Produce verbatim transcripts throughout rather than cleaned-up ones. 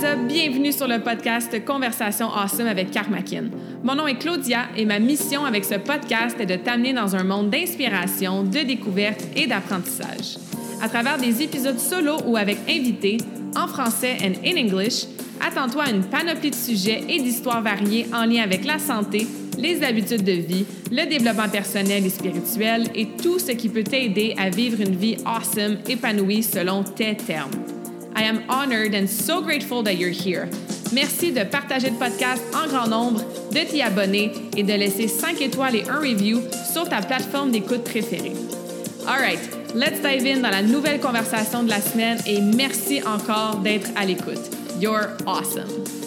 up? Bienvenue sur le podcast Conversation Awesome avec Karmakin. Mon nom est Claudia et ma mission avec ce podcast est de t'amener dans un monde d'inspiration, de découverte et d'apprentissage. À travers des épisodes solo ou avec invités, en français and in English, attends-toi à une panoplie de sujets et d'histoires variées en lien avec la santé, les habitudes de vie, le développement personnel et spirituel et tout ce qui peut t'aider à vivre une vie awesome, épanouie selon tes termes. I am honored and so grateful that you're here. Merci de partager le podcast en grand nombre, de t'y abonner et de laisser cinq étoiles et un review sur ta plateforme d'écoute préférée. All right, let's dive in dans la nouvelle conversation de la semaine et merci encore d'être à l'écoute. You're awesome.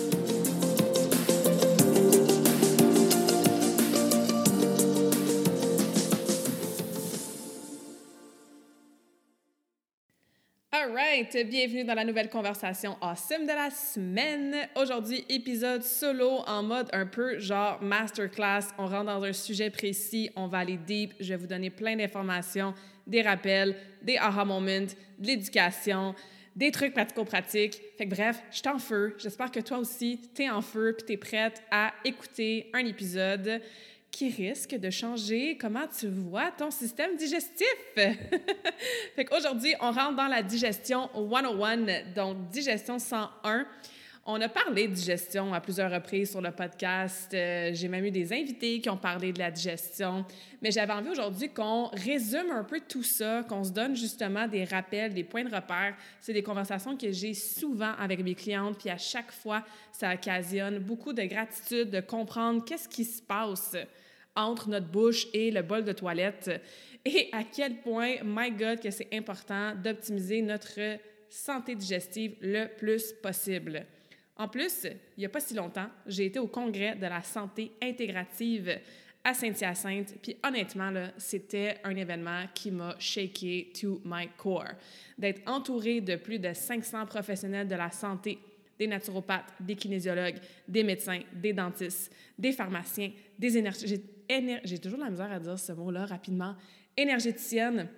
All right, bienvenue dans la nouvelle conversation awesome de la semaine. Aujourd'hui, épisode solo en mode un peu genre masterclass. On rentre dans un sujet précis, on va aller deep. Je vais vous donner plein d'informations, des rappels, des aha moments, de l'éducation, des trucs pratico-pratiques. Fait que bref, je suis en feu. J'espère que toi aussi, t'es en feu puis t'es prête à écouter un épisode qui risque de changer comment tu vois ton système digestif. Fait qu'aujourd'hui, on rentre dans la digestion cent un, donc digestion cent un. On a parlé de digestion à plusieurs reprises sur le podcast. Euh, j'ai même eu des invités qui ont parlé de la digestion. Mais j'avais envie aujourd'hui qu'on résume un peu tout ça, qu'on se donne justement des rappels, des points de repère. C'est des conversations que j'ai souvent avec mes clientes, puis à chaque fois, ça occasionne beaucoup de gratitude de comprendre qu'est-ce qui se passe entre notre bouche et le bol de toilette et à quel point, my God, que c'est important d'optimiser notre santé digestive le plus possible. En plus, il n'y a pas si longtemps, j'ai été au congrès de la santé intégrative à Saint-Hyacinthe, puis honnêtement, là, c'était un événement qui m'a shaké to my core. D'être entourée de plus de cinq cents professionnels de la santé, des naturopathes, des kinésiologues, des médecins, des dentistes, des pharmaciens, des énergéticiennes. Éner- J'ai toujours la misère à dire ce mot-là rapidement. Énergéticiennes,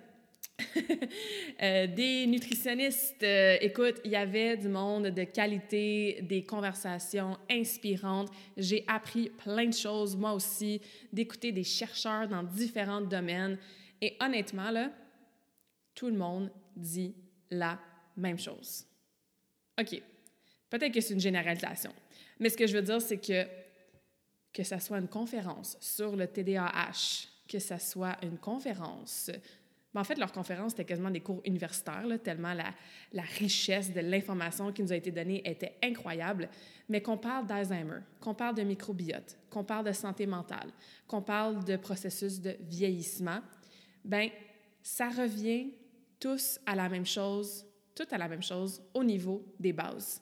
euh, des nutritionnistes. Euh, écoute, il y avait du monde de qualité, des conversations inspirantes. J'ai appris plein de choses, moi aussi, d'écouter des chercheurs dans différents domaines. Et honnêtement, là, tout le monde dit la même chose. OK. Peut-être que c'est une généralisation. Mais ce que je veux dire, c'est que que ça soit une conférence sur le T D A H, que ça soit une conférence. Ben, en fait, leur conférence, c'était quasiment des cours universitaires, là, tellement la, la richesse de l'information qui nous a été donnée était incroyable. Mais qu'on parle d'Alzheimer, qu'on parle de microbiote, qu'on parle de santé mentale, qu'on parle de processus de vieillissement, bien, ça revient tous à la même chose, tout à la même chose au niveau des bases.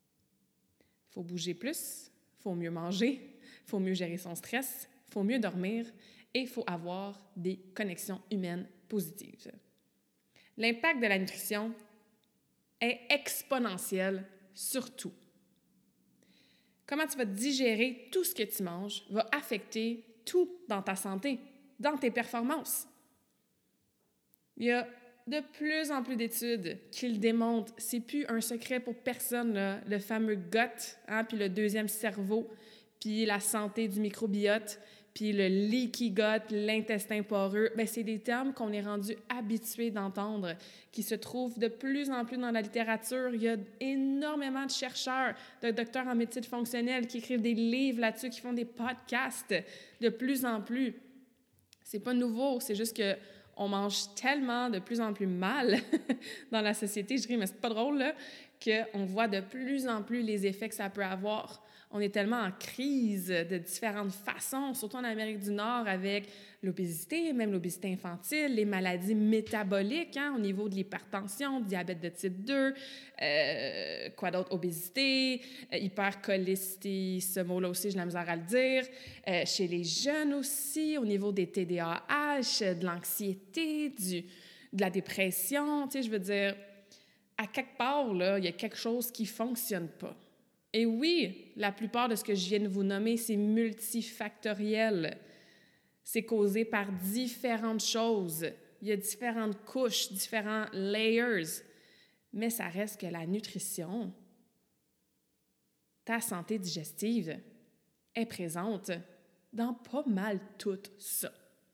Il faut bouger plus, il faut mieux manger, il faut mieux gérer son stress, il faut mieux dormir et il faut avoir des connexions humaines positives. L'impact de la nutrition est exponentiel sur tout. Comment tu vas digérer tout ce que tu manges va affecter tout dans ta santé, dans tes performances. Il y a de plus en plus d'études qui le démontrent. C'est plus un secret pour personne, là, le fameux gut, hein, puis le deuxième cerveau, puis la santé du microbiote, puis le leaky gut, l'intestin poreux. Bien, c'est des termes qu'on est rendu habitués d'entendre, qui se trouvent de plus en plus dans la littérature. Il y a énormément de chercheurs, de docteurs en médecine fonctionnelle qui écrivent des livres là-dessus, qui font des podcasts de plus en plus. C'est pas nouveau, c'est juste que on mange tellement de plus en plus mal dans la société, je dirais, mais c'est pas drôle, là, qu'on voit de plus en plus les effets que ça peut avoir. On est tellement en crise de différentes façons, surtout en Amérique du Nord, avec l'obésité, même l'obésité infantile, les maladies métaboliques, hein, au niveau de l'hypertension, diabète de type deux, euh, quoi d'autre, obésité, euh, hypercholestérie, ce mot-là aussi, j'ai la misère à le dire, euh, chez les jeunes aussi, au niveau des T D A H, de l'anxiété, du, de la dépression, tu sais, je veux dire, à quelque part, là, il y a quelque chose qui ne fonctionne pas. Et oui, la plupart de ce que je viens de vous nommer, c'est multifactoriel. C'est causé par différentes choses. Il y a différentes couches, différents layers. Mais ça reste que la nutrition, ta santé digestive est présente dans pas mal tout ça.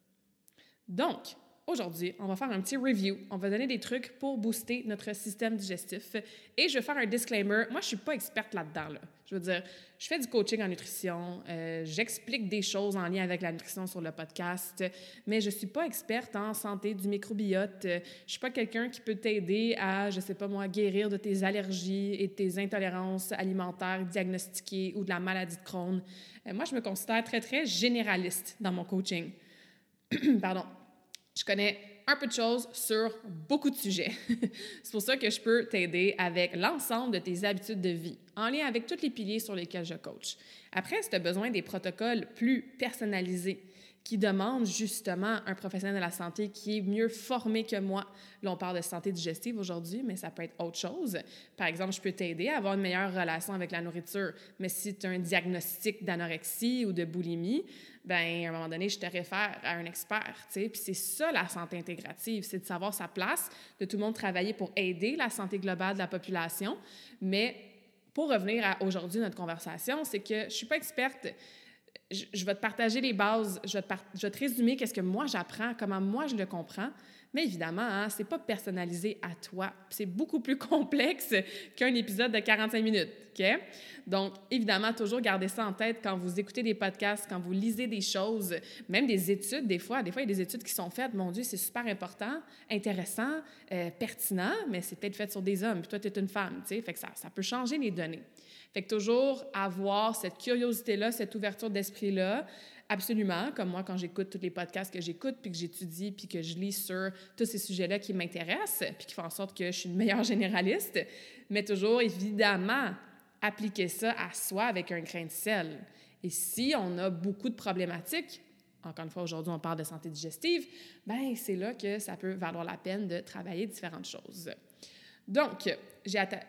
Donc, aujourd'hui, on va faire un petit review. On va donner des trucs pour booster notre système digestif. Et je vais faire un disclaimer. Moi, je ne suis pas experte là-dedans. Là. Je veux dire, je fais du coaching en nutrition. Euh, j'explique des choses en lien avec la nutrition sur le podcast. Mais je ne suis pas experte en santé du microbiote. Je ne suis pas quelqu'un qui peut t'aider à, je ne sais pas moi, guérir de tes allergies et de tes intolérances alimentaires diagnostiquées ou de la maladie de Crohn. Euh, moi, je me considère très, très généraliste dans mon coaching. Pardon. Je connais un peu de choses sur beaucoup de sujets. C'est pour ça que je peux t'aider avec l'ensemble de tes habitudes de vie, en lien avec tous les piliers sur lesquels je coach. Après, si tu as besoin des protocoles plus personnalisés, qui demandent justement un professionnel de la santé qui est mieux formé que moi. Là, on parle de santé digestive aujourd'hui, mais ça peut être autre chose. Par exemple, je peux t'aider à avoir une meilleure relation avec la nourriture, mais si tu as un diagnostic d'anorexie ou de boulimie, bien, à un moment donné, je te réfère à un expert, tu sais. Puis c'est ça, la santé intégrative, c'est de savoir sa place, de tout le monde travailler pour aider la santé globale de la population. Mais pour revenir à aujourd'hui, notre conversation, c'est que je ne suis pas experte. Je, je vais te partager les bases, je vais te, par, je vais te résumer qu'est-ce que moi j'apprends, comment moi je le comprends, mais évidemment, hein, c'est pas personnalisé à toi. C'est beaucoup plus complexe qu'un épisode de quarante-cinq minutes, OK? Donc, évidemment, toujours garder ça en tête quand vous écoutez des podcasts, quand vous lisez des choses, même des études, des fois. Des fois, il y a des études qui sont faites, mon Dieu, c'est super important, intéressant, euh, pertinent, mais c'est peut-être fait sur des hommes, puis toi, tu es une femme, tu sais, fait que ça, ça peut changer les données. Fait que toujours avoir cette curiosité-là, cette ouverture d'esprit-là, absolument, comme moi quand j'écoute tous les podcasts que j'écoute, puis que j'étudie, puis que je lis sur tous ces sujets-là qui m'intéressent, puis qui font en sorte que je suis une meilleure généraliste, mais toujours, évidemment, appliquer ça à soi avec un grain de sel. Et si on a beaucoup de problématiques, encore une fois, aujourd'hui, on parle de santé digestive, bien, c'est là que ça peut valoir la peine de travailler différentes choses. Donc, j'ai atta-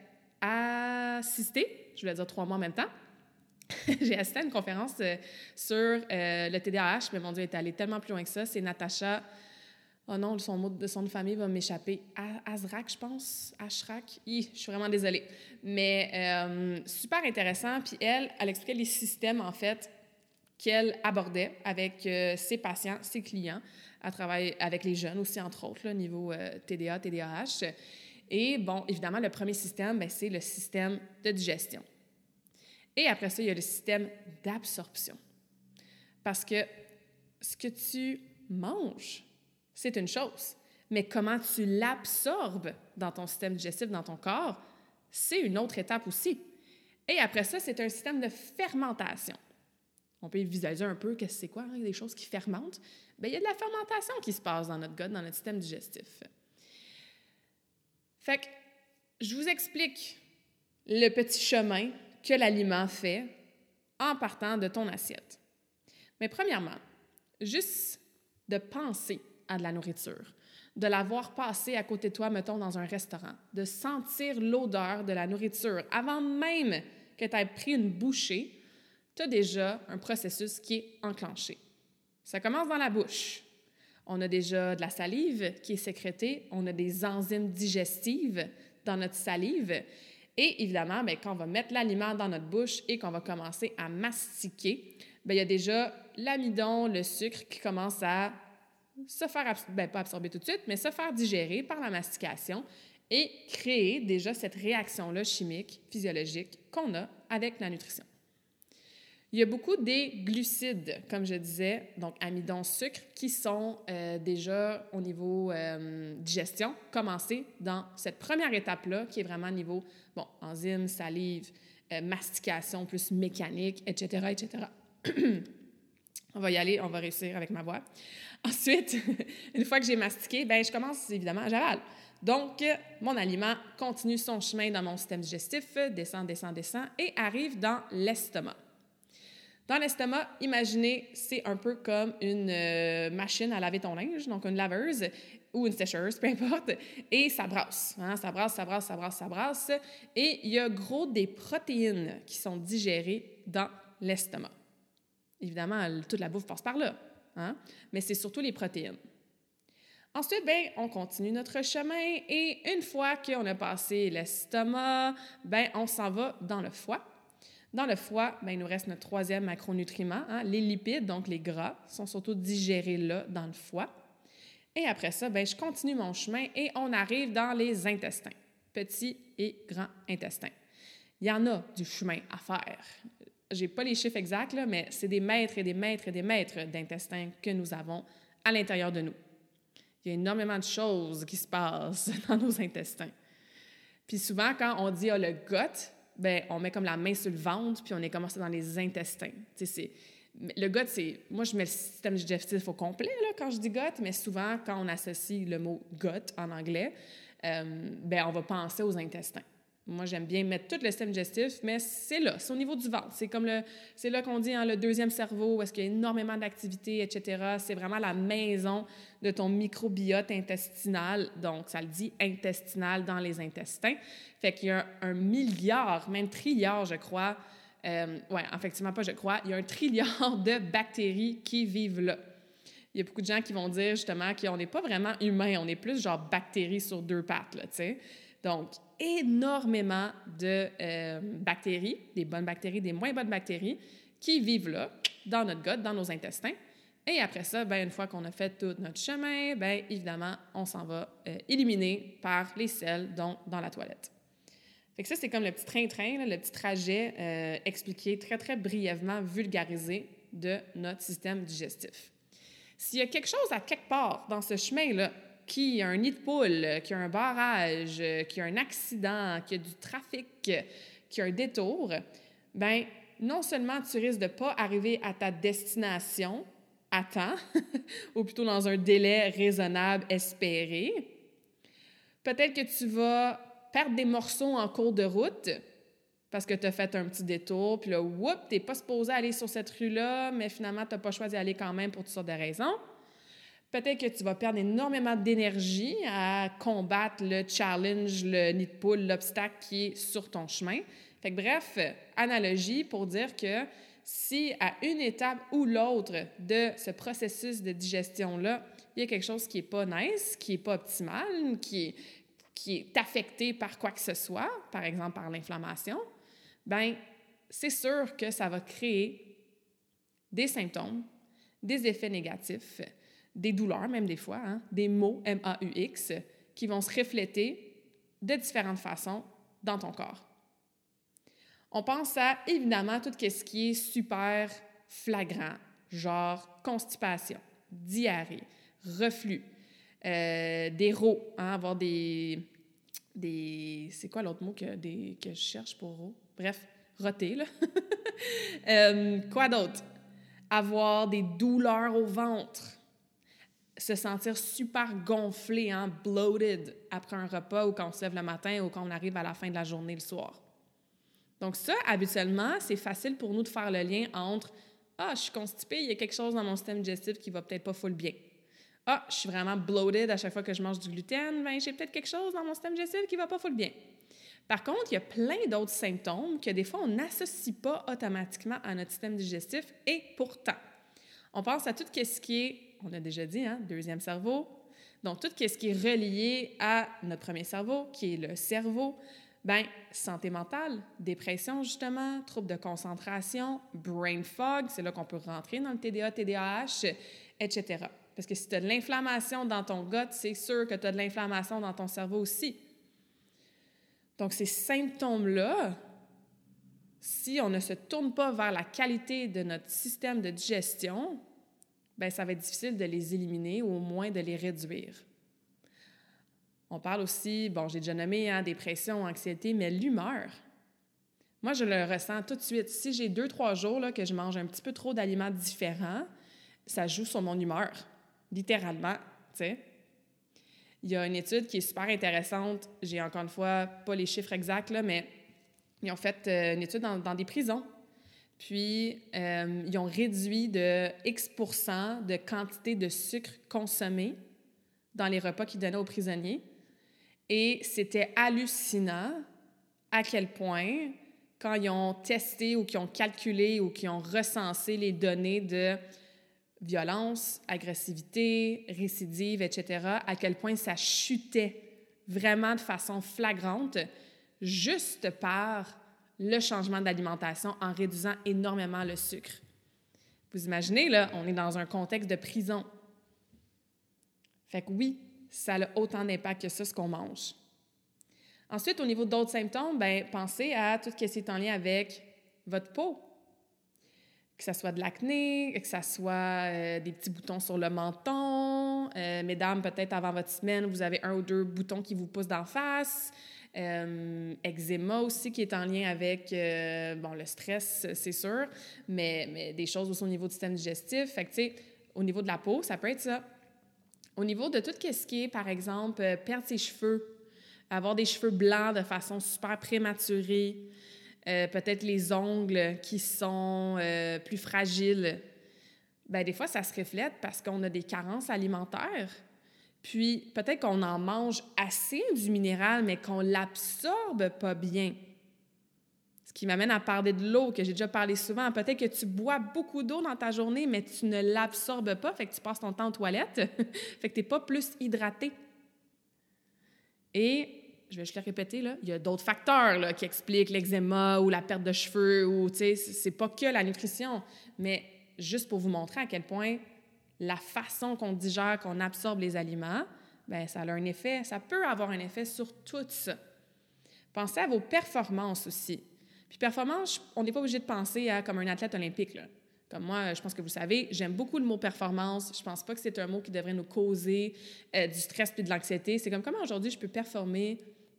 assisté, je voulais dire trois mois en même temps, j'ai assisté à une conférence euh, sur euh, le T D A H, mais mon Dieu, elle est allée tellement plus loin que ça. C'est Natacha, oh non, son mot de son de famille va m'échapper, Azrak, je pense, Ashrak, Hi, je suis vraiment désolée. Mais euh, super intéressant, puis elle, elle expliquait les systèmes, en fait, qu'elle abordait avec euh, ses patients, ses clients, à travailler avec les jeunes aussi, entre autres, là, niveau euh, T D A, T D A H. Et bon, évidemment, le premier système, bien, c'est le système de digestion. Et après ça, il y a le système d'absorption. Parce que ce que tu manges, c'est une chose, mais comment tu l'absorbes dans ton système digestif, dans ton corps, c'est une autre étape aussi. Et après ça, c'est un système de fermentation. On peut visualiser un peu que c'est quoi, hein, des choses qui fermentent. Bien, il y a de la fermentation qui se passe dans notre gut, dans notre système digestif. Fait que je vous explique le petit chemin que l'aliment fait en partant de ton assiette. Mais premièrement, juste de penser à de la nourriture, de la voir passer à côté de toi, mettons, dans un restaurant, de sentir l'odeur de la nourriture avant même que tu aies pris une bouchée, tu as déjà un processus qui est enclenché. Ça commence dans la bouche. On a déjà de la salive qui est sécrétée, on a des enzymes digestives dans notre salive. Et évidemment, bien, quand on va mettre l'aliment dans notre bouche et qu'on va commencer à mastiquer, bien, il y a déjà l'amidon, le sucre qui commence à se faire, abs- bien, pas absorber tout de suite, mais se faire digérer par la mastication et créer déjà cette réaction-là chimique, physiologique qu'on a avec la nutrition. Il y a beaucoup des glucides, comme je disais, donc amidon, sucre, qui sont euh, déjà au niveau euh, digestion, commencés dans cette première étape-là, qui est vraiment au niveau, bon, enzymes, salive, euh, mastication plus mécanique, et cetera, et cetera. On va y aller, on va réussir avec ma voix. Ensuite, une fois que j'ai mastiqué, bien, je commence évidemment, j'avale. Donc, mon aliment continue son chemin dans mon système digestif, descend, descend, descend, et arrive dans l'estomac. Dans l'estomac, imaginez, c'est un peu comme une euh, machine à laver ton linge, donc une laveuse ou une sécheuse, peu importe, et ça brasse, hein, ça brasse, ça brasse, ça brasse, ça brasse, et il y a gros des protéines qui sont digérées dans l'estomac. Évidemment, toute la bouffe passe par là, hein, mais c'est surtout les protéines. Ensuite, bien, on continue notre chemin et une fois qu'on a passé l'estomac, bien, on s'en va dans le foie. Dans le foie, bien, il nous reste notre troisième macronutriment, hein, les lipides, donc les gras, sont surtout digérés là, dans le foie. Et après ça, bien, je continue mon chemin et on arrive dans les intestins, petit et grand intestin. Il y en a du chemin à faire. Je n'ai pas les chiffres exacts, là, mais c'est des maîtres et des maîtres et des maîtres d'intestins que nous avons à l'intérieur de nous. Il y a énormément de choses qui se passent dans nos intestins. Puis souvent, quand on dit ah, le gut, bien, on met comme la main sur le ventre, puis on est commencé dans les intestins. Tu sais, c'est... Le gut, c'est... Moi, je mets le système digestif au complet là, quand je dis gut, mais souvent, quand on associe le mot gut en anglais, euh, bien, on va penser aux intestins. Moi, j'aime bien mettre tout le système digestif, mais c'est là, c'est au niveau du ventre. C'est comme le, c'est là qu'on dit hein, le deuxième cerveau, où est-ce qu'il y a énormément d'activités, et cetera. C'est vraiment la maison de ton microbiote intestinal. Donc, ça le dit intestinal dans les intestins. Fait qu'il y a un, un milliard, même trilliard, je crois. Euh, oui, effectivement, pas je crois. Il y a un trilliard de bactéries qui vivent là. Il y a beaucoup de gens qui vont dire justement qu'on n'est pas vraiment humain, on est plus genre bactéries sur deux pattes, là, tu sais. Donc, énormément de euh, bactéries, des bonnes bactéries, des moins bonnes bactéries, qui vivent là, dans notre gut, dans nos intestins. Et après ça, bien, une fois qu'on a fait tout notre chemin, bien, évidemment, on s'en va euh, éliminer par les selles, donc dans la toilette. Fait que ça, c'est comme le petit train-train, là, le petit trajet euh, expliqué très, très brièvement, vulgarisé de notre système digestif. S'il y a quelque chose à quelque part dans ce chemin-là, qui a un nid de poule, qui a un barrage, qui a un accident, qui a du trafic, qui a un détour, bien, non seulement tu risques de ne pas arriver à ta destination à temps, ou plutôt dans un délai raisonnable espéré, peut-être que tu vas perdre des morceaux en cours de route parce que tu as fait un petit détour, puis là, whoop, tu n'es pas supposé aller sur cette rue-là, mais finalement, tu n'as pas choisi d'aller quand même pour toutes sortes de raisons. Peut-être que tu vas perdre énormément d'énergie à combattre le challenge, le nid de poule, l'obstacle qui est sur ton chemin. Fait que bref, analogie pour dire que si à une étape ou l'autre de ce processus de digestion-là, il y a quelque chose qui n'est pas nice, qui n'est pas optimal, qui est, qui est affecté par quoi que ce soit, par exemple par l'inflammation, bien, c'est sûr que ça va créer des symptômes, des effets négatifs, des douleurs même des fois, hein, des maux M A U X qui vont se refléter de différentes façons dans ton corps. On pense à, évidemment, tout ce qui est super flagrant, genre constipation, diarrhée, reflux, euh, des rots, hein, avoir des... des c'est quoi l'autre mot que, des, que je cherche pour rots? Bref, roter, là. euh, quoi d'autre? Avoir des douleurs au ventre. Se sentir super gonflé, hein, bloated, après un repas ou quand on se lève le matin ou quand on arrive à la fin de la journée le soir. Donc ça, habituellement, c'est facile pour nous de faire le lien entre « Ah, je suis constipée, il y a quelque chose dans mon système digestif qui va peut-être pas full bien. Ah, je suis vraiment bloated à chaque fois que je mange du gluten, bien, j'ai peut-être quelque chose dans mon système digestif qui va pas full bien. » Par contre, il y a plein d'autres symptômes que des fois, on n'associe pas automatiquement à notre système digestif et pourtant, on pense à tout ce qui est, on a déjà dit, hein, deuxième cerveau, donc tout ce qui est relié à notre premier cerveau, qui est le cerveau, bien, santé mentale, dépression justement, troubles de concentration, brain fog, c'est là qu'on peut rentrer dans le T D A, T D A H, et cetera. Parce que si tu as de l'inflammation dans ton gut, c'est sûr que tu as de l'inflammation dans ton cerveau aussi. Donc, ces symptômes-là, si on ne se tourne pas vers la qualité de notre système de digestion, bien, ça va être difficile de les éliminer ou au moins de les réduire. On parle aussi, bon, j'ai déjà nommé hein, dépression, anxiété, mais l'humeur. Moi, je le ressens tout de suite. Si j'ai deux, trois jours là, que je mange un petit peu trop d'aliments différents, ça joue sur mon humeur, littéralement, tu sais. Il y a une étude qui est super intéressante. J'ai encore une fois pas les chiffres exacts, là, mais ils ont fait euh, une étude dans, dans des prisons. Puis, euh, ils ont réduit de X pour cent de quantité de sucre consommé dans les repas qu'ils donnaient aux prisonniers. Et c'était hallucinant à quel point, quand ils ont testé ou qu'ils ont calculé ou qu'ils ont recensé les données de violence, agressivité, récidive, et cetera, à quel point ça chutait vraiment de façon flagrante juste par le changement d'alimentation en réduisant énormément le sucre. Vous imaginez, là, on est dans un contexte de prison. Fait que oui, ça a autant d'impact que ça, ce qu'on mange. Ensuite, au niveau d'autres symptômes, bien, pensez à tout ce qui est en lien avec votre peau. Que ce soit de l'acné, que ce soit euh, des petits boutons sur le menton. Euh, mesdames, peut-être avant votre semaine, vous avez un ou deux boutons qui vous poussent d'en face. Euh, eczéma aussi, qui est en lien avec euh, bon, le stress, c'est sûr, mais, mais des choses aussi au niveau du système digestif. Fait que, tu sais, au niveau de la peau, ça peut être ça. Au niveau de tout ce qui est, par exemple, euh, perdre ses cheveux, avoir des cheveux blancs de façon super prématurée, Euh, peut-être les ongles qui sont euh, plus fragiles, bien, des fois, ça se reflète parce qu'on a des carences alimentaires. Puis, peut-être qu'on en mange assez du minéral, mais qu'on ne l'absorbe pas bien. Ce qui m'amène à parler de l'eau, que j'ai déjà parlé souvent. Peut-être que tu bois beaucoup d'eau dans ta journée, mais tu ne l'absorbes pas, fait que tu passes ton temps aux toilettes, fait que tu n'es pas plus hydraté. Et je vais juste le répéter, là, il y a d'autres facteurs là, qui expliquent l'eczéma ou la perte de cheveux, ou, tu sais, c'est pas que la nutrition, mais juste pour vous montrer à quel point la façon qu'on digère, qu'on absorbe les aliments, bien, ça a un effet, ça peut avoir un effet sur tout ça. Pensez à vos performances aussi. Puis performance, on n'est pas obligé de penser à comme un athlète olympique, là. Comme moi, je pense que vous savez, j'aime beaucoup le mot performance. Je pense pas que c'est un mot qui devrait nous causer euh, du stress puis de l'anxiété. C'est comme comment aujourd'hui je peux performer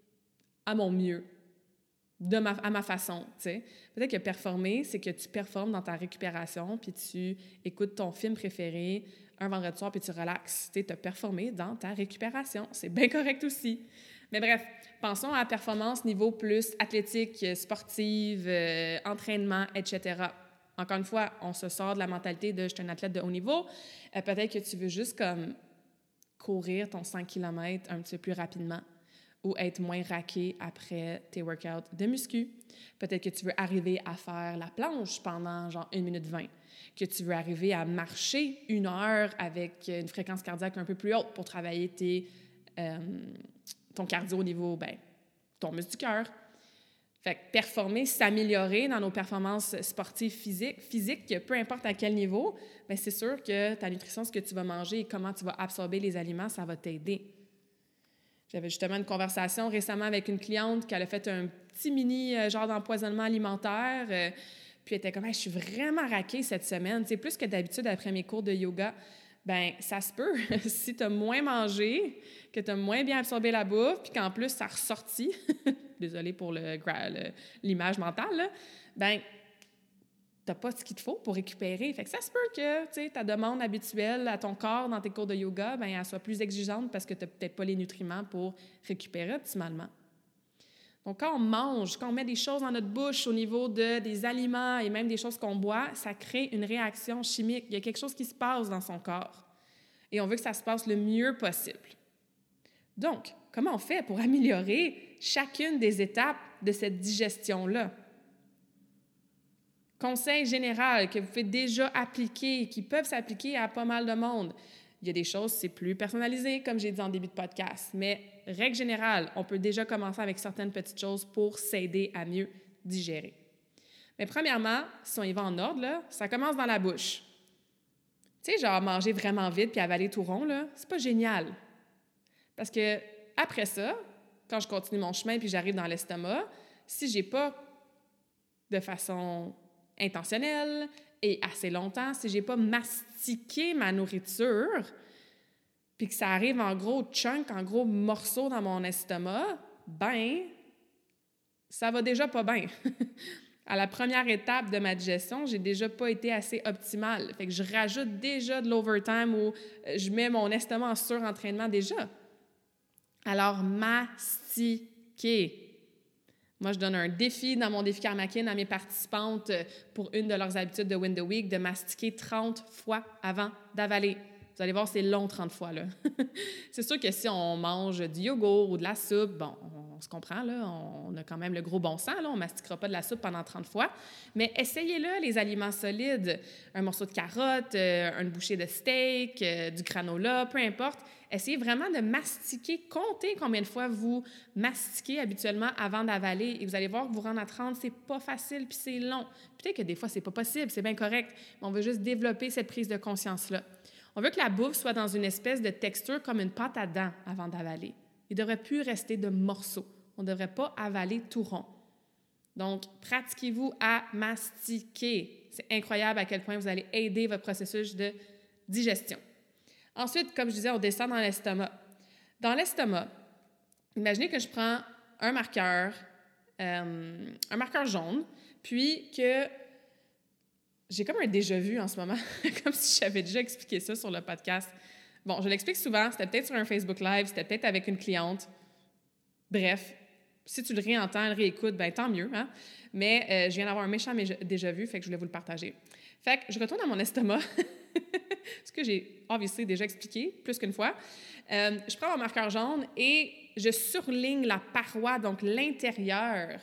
à mon mieux, de ma, à ma façon, tu sais. Peut-être que performer, c'est que tu performes dans ta récupération, puis tu écoutes ton film préféré un vendredi soir, puis tu relaxes. Tu sais, tu as performé dans ta récupération. C'est bien correct aussi. Mais bref, pensons à la performance niveau plus athlétique, sportive, euh, entraînement, et cetera. Encore une fois, on se sort de la mentalité de « je suis un athlète de haut niveau euh, ». Peut-être que tu veux juste comme courir ton cinq kilomètres un petit peu plus rapidement, ou être moins raqué après tes workouts de muscu. Peut-être que tu veux arriver à faire la planche pendant genre une minute vingt, que tu veux arriver à marcher une heure avec une fréquence cardiaque un peu plus haute pour travailler tes, euh, ton cardio au niveau, ben, ton muscle du cœur. Fait que performer, s'améliorer dans nos performances sportives physiques, physiques peu importe à quel niveau, bien, c'est sûr que ta nutrition, ce que tu vas manger et comment tu vas absorber les aliments, ça va t'aider. J'avais justement une conversation récemment avec une cliente qui a fait un petit mini euh, genre d'empoisonnement alimentaire. Euh, puis elle était comme hey, « je suis vraiment raquée cette semaine. » Tu sais, plus que d'habitude après mes cours de yoga. Bien, ça se peut. Si tu as moins mangé, que tu as moins bien absorbé la bouffe, puis qu'en plus, ça a ressorti, désolée pour le, le, l'image mentale, là, bien, tu n'as pas ce qu'il te faut pour récupérer. Fait que ça se peut que, tu sais, ta demande habituelle à ton corps dans tes cours de yoga, bien, elle soit plus exigeante parce que tu n'as peut-être pas les nutriments pour récupérer optimalement. Donc, quand on mange, quand on met des choses dans notre bouche au niveau de, des aliments et même des choses qu'on boit, ça crée une réaction chimique. Il y a quelque chose qui se passe dans son corps. Et on veut que ça se passe le mieux possible. Donc, comment on fait pour améliorer chacune des étapes de cette digestion-là? Conseil général que vous pouvez déjà appliquer, qui peuvent s'appliquer à pas mal de monde. Il y a des choses, c'est plus personnalisé, comme j'ai dit en début de podcast, mais règle générale, on peut déjà commencer avec certaines petites choses pour s'aider à mieux digérer. Mais premièrement, si on y va en ordre, là, ça commence dans la bouche. Tu sais, genre manger vraiment vite puis avaler tout rond, là, c'est pas génial. Parce que après ça, quand je continue mon chemin puis j'arrive dans l'estomac, si j'ai pas de façon intentionnelle et assez longtemps, si j'ai pas mastiqué ma nourriture, puis que ça arrive en gros chunk, en gros morceaux dans mon estomac, ben, ça va déjà pas bien. À la première étape de ma digestion, j'ai déjà pas été assez optimale. Fait que je rajoute déjà de l'overtime ou je mets mon estomac en surentraînement déjà. Alors, mastiquer. Moi, je donne un défi dans mon défi Karmakin à mes participantes pour une de leurs habitudes de Win the Week de mastiquer trente fois avant d'avaler. Vous Vous allez voir, c'est long trente fois, là. C'est sûr que si on mange du yogourt ou de la soupe, bon, on, on se comprend, là, on a quand même le gros bon sens, là, on ne mastiquera pas de la soupe pendant trente fois, mais essayez-le, les aliments solides, un morceau de carotte, euh, une bouchée de steak, euh, du granola, peu importe. Essayez vraiment de mastiquer, comptez combien de fois vous mastiquez habituellement avant d'avaler et vous allez voir que vous rendre à trente, c'est pas facile puis c'est long. Peut-être que des fois, c'est pas possible, c'est bien correct, mais on veut juste développer cette prise de conscience-là. On veut que la bouffe soit dans une espèce de texture comme une pâte à dents avant d'avaler. Il ne devrait plus rester de morceaux. On ne devrait pas avaler tout rond. Donc, pratiquez-vous à mastiquer. C'est incroyable à quel point vous allez aider votre processus de digestion. Ensuite, comme je disais, on descend dans l'estomac. Dans l'estomac, imaginez que je prends un marqueur, euh, un marqueur jaune, puis que j'ai comme un déjà-vu en ce moment, comme si j'avais déjà expliqué ça sur le podcast. Bon, je l'explique souvent, c'était peut-être sur un Facebook Live, c'était peut-être avec une cliente. Bref, si tu le réentends, le réécoutes, bien tant mieux, hein? Mais euh, je viens d'avoir un méchant déjà-vu, fait que je voulais vous le partager. Fait que je retourne à mon estomac, ce que j'ai obviously déjà expliqué plus qu'une fois. Euh, je prends mon marqueur jaune et je surligne la paroi, donc l'intérieur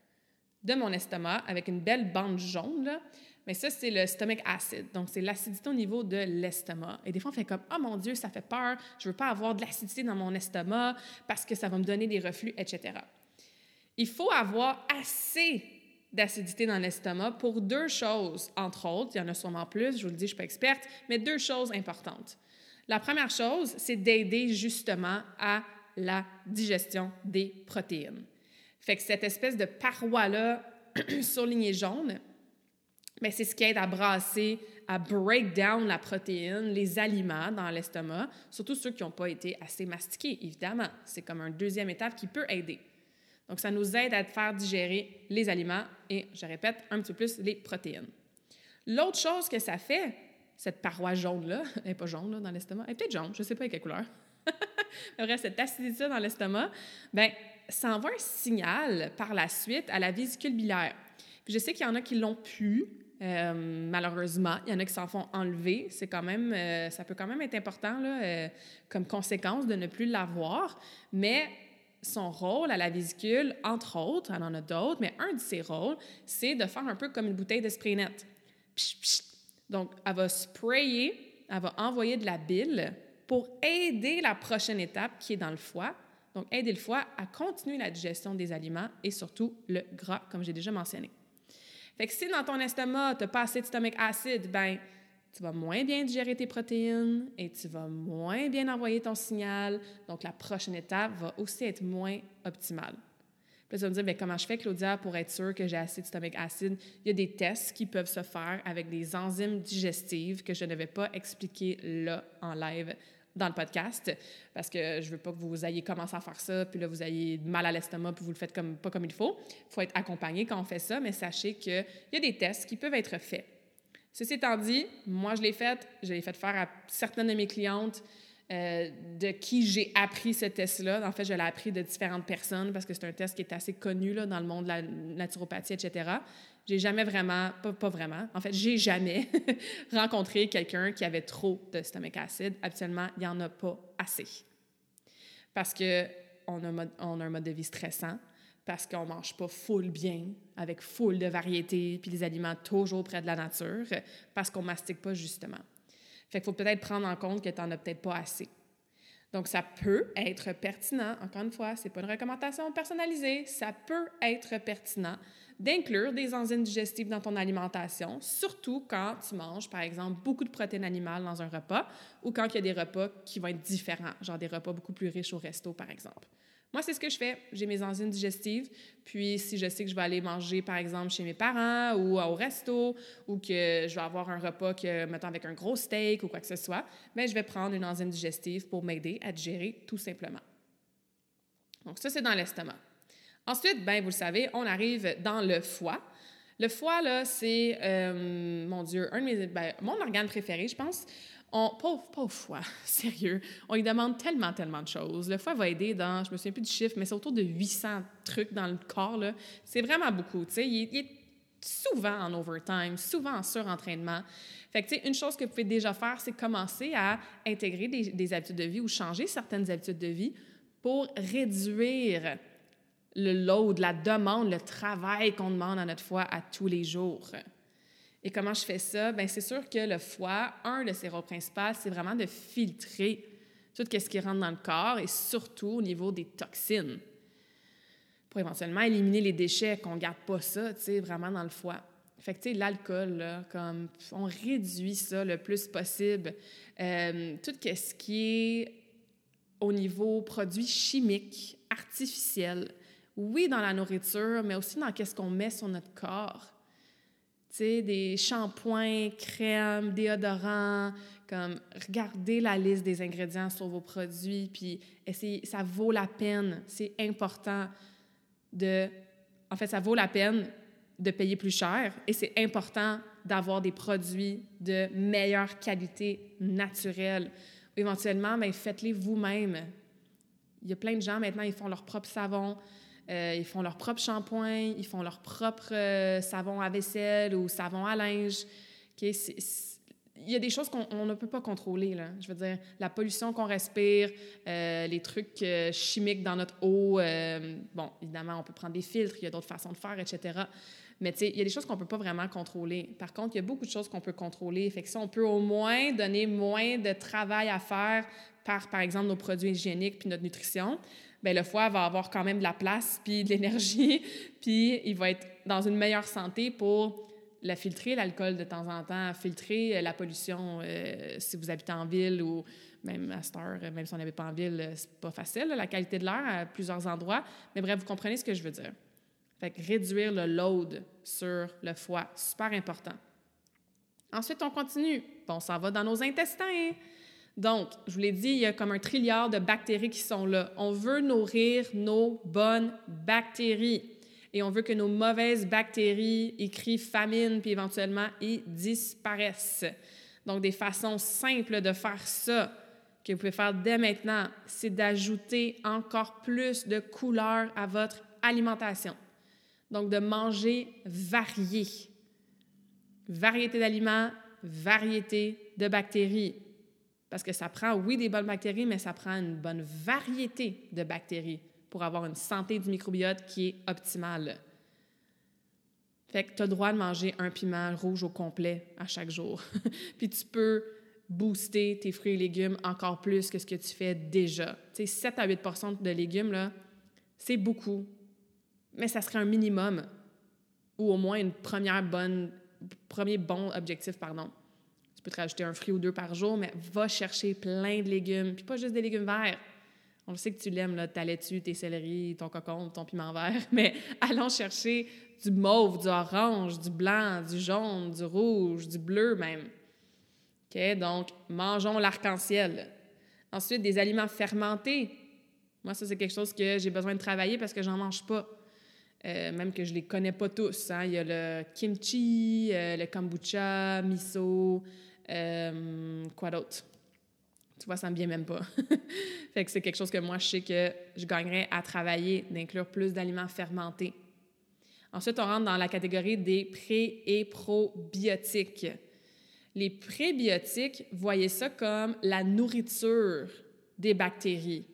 de mon estomac avec une belle bande jaune, là. Mais ça, c'est le stomach acid. Donc, c'est l'acidité au niveau de l'estomac. Et des fois, on fait comme « Oh mon Dieu, ça fait peur. Je ne veux pas avoir de l'acidité dans mon estomac parce que ça va me donner des reflux, et cetera » Il faut avoir assez d'acidité dans l'estomac pour deux choses, entre autres. Il y en a sûrement plus, je vous le dis, je ne suis pas experte, mais deux choses importantes. La première chose, c'est d'aider justement à la digestion des protéines. Fait que cette espèce de paroi-là surlignée jaune, bien, c'est ce qui aide à brasser, à break down la protéine, les aliments dans l'estomac, surtout ceux qui n'ont pas été assez mastiqués, évidemment. C'est comme une deuxième étape qui peut aider. Donc, ça nous aide à faire digérer les aliments et, je répète, un petit peu plus les protéines. L'autre chose que ça fait, cette paroi jaune-là, elle n'est pas jaune là, dans l'estomac, elle est peut-être jaune, je ne sais pas quelle couleur. Bref, cette acidité dans l'estomac, bien, ça envoie un signal par la suite à la vésicule biliaire. Puis je sais qu'il y en a qui l'ont plus, euh, malheureusement. Il y en a qui s'en font enlever. C'est quand même, euh, ça peut quand même être important là, euh, comme conséquence de ne plus l'avoir. Mais son rôle à la vésicule, entre autres, elle en a d'autres, mais un de ses rôles, c'est de faire un peu comme une bouteille de spray net. Psh, psh. Donc, elle va sprayer, elle va envoyer de la bile pour aider la prochaine étape qui est dans le foie. Donc, aider le foie à continuer la digestion des aliments et surtout le gras, comme j'ai déjà mentionné. Fait que si dans ton estomac, tu n'as pas assez de stomach acid, ben tu vas moins bien digérer tes protéines et tu vas moins bien envoyer ton signal. Donc, la prochaine étape va aussi être moins optimale. Puis là, tu vas me dire, bien, comment je fais, Claudia, pour être sûre que j'ai assez de stomach acid? Il y a des tests qui peuvent se faire avec des enzymes digestives que je ne vais pas expliquer là, en live, dans le podcast, parce que je veux pas que vous ayez commencé à faire ça, puis là, vous ayez mal à l'estomac, puis vous le faites comme, pas comme il faut. Il faut être accompagné quand on fait ça, mais sachez qu'il y a des tests qui peuvent être faits. Ceci étant dit, moi, je l'ai fait. Je l'ai fait faire à certaines de mes clientes euh, de qui j'ai appris ce test-là. En fait, je l'ai appris de différentes personnes parce que c'est un test qui est assez connu là, dans le monde de la naturopathie, et cetera. J'ai jamais vraiment, pas, pas vraiment, en fait, j'ai jamais rencontré quelqu'un qui avait trop de stomach acid. Habituellement, il n'y en a pas assez. Parce qu'on a, mode, on a un mode de vie stressant, parce qu'on ne mange pas full bien, avec full de variétés, puis des aliments toujours près de la nature, parce qu'on ne mastique pas justement. Fait qu'il faut peut-être prendre en compte que tu n'en as peut-être pas assez. Donc, ça peut être pertinent, encore une fois, ce n'est pas une recommandation personnalisée, ça peut être pertinent d'inclure des enzymes digestives dans ton alimentation, surtout quand tu manges, par exemple, beaucoup de protéines animales dans un repas ou quand il y a des repas qui vont être différents, genre des repas beaucoup plus riches au resto, par exemple. Moi, c'est ce que je fais. J'ai mes enzymes digestives, puis si je sais que je vais aller manger, par exemple, chez mes parents ou au resto ou que je vais avoir un repas, que, mettons, avec un gros steak ou quoi que ce soit, bien, je vais prendre une enzyme digestive pour m'aider à digérer tout simplement. Donc, ça, c'est dans l'estomac. Ensuite, bien, vous le savez, on arrive dans le foie. Le foie, là, c'est, euh, mon Dieu, un de mes, ben, mon organe préféré, je pense. On, pas, pas au foie, sérieux. On lui demande tellement, tellement de choses. Le foie va aider dans, je me souviens plus du chiffre, mais c'est autour de huit cents trucs dans le corps, là. C'est vraiment beaucoup, tu sais. Il, il, souvent en overtime, souvent en surentraînement. Fait que, tu sais, une chose que vous pouvez déjà faire, c'est commencer à intégrer des, des habitudes de vie ou changer certaines habitudes de vie pour réduire le load, la demande, le travail qu'on demande à notre foie à tous les jours. Et comment je fais ça? Bien, c'est sûr que le foie, un de ses rôles principaux, c'est vraiment de filtrer tout ce qui rentre dans le corps et surtout au niveau des toxines pour éventuellement éliminer les déchets, qu'on ne garde pas ça, tu sais, vraiment dans le foie. Fait que, tu sais, l'alcool, là, comme on réduit ça le plus possible. Euh, tout ce qui est au niveau produits chimiques, artificiels, oui, dans la nourriture, mais aussi dans qu'est-ce qu'on met sur notre corps. Tu sais, des shampoings, crèmes, déodorants, comme regardez la liste des ingrédients sur vos produits, puis essayez, ça vaut la peine, c'est important de... En fait, ça vaut la peine de payer plus cher et c'est important d'avoir des produits de meilleure qualité naturelle. Éventuellement, bien, faites-les vous-même. Il y a plein de gens, maintenant, ils font leur propre savon, euh, ils font leur propre shampoing, ils font leur propre euh, savon à vaisselle ou savon à linge. Okay? C'est, c'est... Il y a des choses qu'on on ne peut pas contrôler, là. Je veux dire, la pollution qu'on respire, euh, les trucs euh, chimiques dans notre eau. Euh, bon, évidemment, on peut prendre des filtres, il y a d'autres façons de faire, et cetera. Mais tu sais, il y a des choses qu'on ne peut pas vraiment contrôler. Par contre, il y a beaucoup de choses qu'on peut contrôler. Fait que ça, on peut au moins donner moins de travail à faire par, par exemple, nos produits hygiéniques puis notre nutrition. Bien, le foie va avoir quand même de la place puis de l'énergie, puis il va être dans une meilleure santé pour la filtrer, l'alcool de temps en temps, filtrer la pollution euh, si vous habitez en ville ou même à cette heure, même si on n'habite pas en ville, c'est pas facile, la qualité de l'air à plusieurs endroits. Mais bref, vous comprenez ce que je veux dire. Fait que réduire le load sur le foie, super important. Ensuite, on continue. Bon, on s'en va dans nos intestins. Donc, je vous l'ai dit, il y a comme un trilliard de bactéries qui sont là. On veut nourrir nos bonnes bactéries. Et on veut que nos mauvaises bactéries, écrit famine, puis éventuellement, ils disparaissent. Donc, des façons simples de faire ça, que vous pouvez faire dès maintenant, c'est d'ajouter encore plus de couleurs à votre alimentation. Donc, de manger varié. Variété d'aliments, variété de bactéries. Parce que ça prend, oui, des bonnes bactéries, mais ça prend une bonne variété de bactéries pour avoir une santé du microbiote qui est optimale. Fait que tu as le droit de manger un piment rouge au complet à chaque jour. Puis tu peux booster tes fruits et légumes encore plus que ce que tu fais déjà. Tu sais, sept à huit pour cent de légumes, là, c'est beaucoup. Mais ça serait un minimum ou au moins une première bonne, premier bon objectif, pardon. Tu peux te rajouter un fruit ou deux par jour, mais va chercher plein de légumes, puis pas juste des légumes verts. On le sait que tu l'aimes, là, ta laitue, tes céleris, ton concombre, ton piment vert, mais allons chercher du mauve, du orange, du blanc, du jaune, du rouge, du bleu même. OK? Donc, mangeons l'arc-en-ciel. Ensuite, des aliments fermentés. Moi, ça, c'est quelque chose que j'ai besoin de travailler parce que j'en mange pas. Euh, même que je les connais pas tous. Hein? Il y a le kimchi, euh, le kombucha, miso, euh, quoi d'autre? Tu vois, ça me vient même pas. Fait que c'est quelque chose que moi, je sais que je gagnerais à travailler, d'inclure plus d'aliments fermentés. Ensuite, on rentre dans la catégorie des pré- et probiotiques. Les prébiotiques, voyez ça comme la nourriture des bactéries.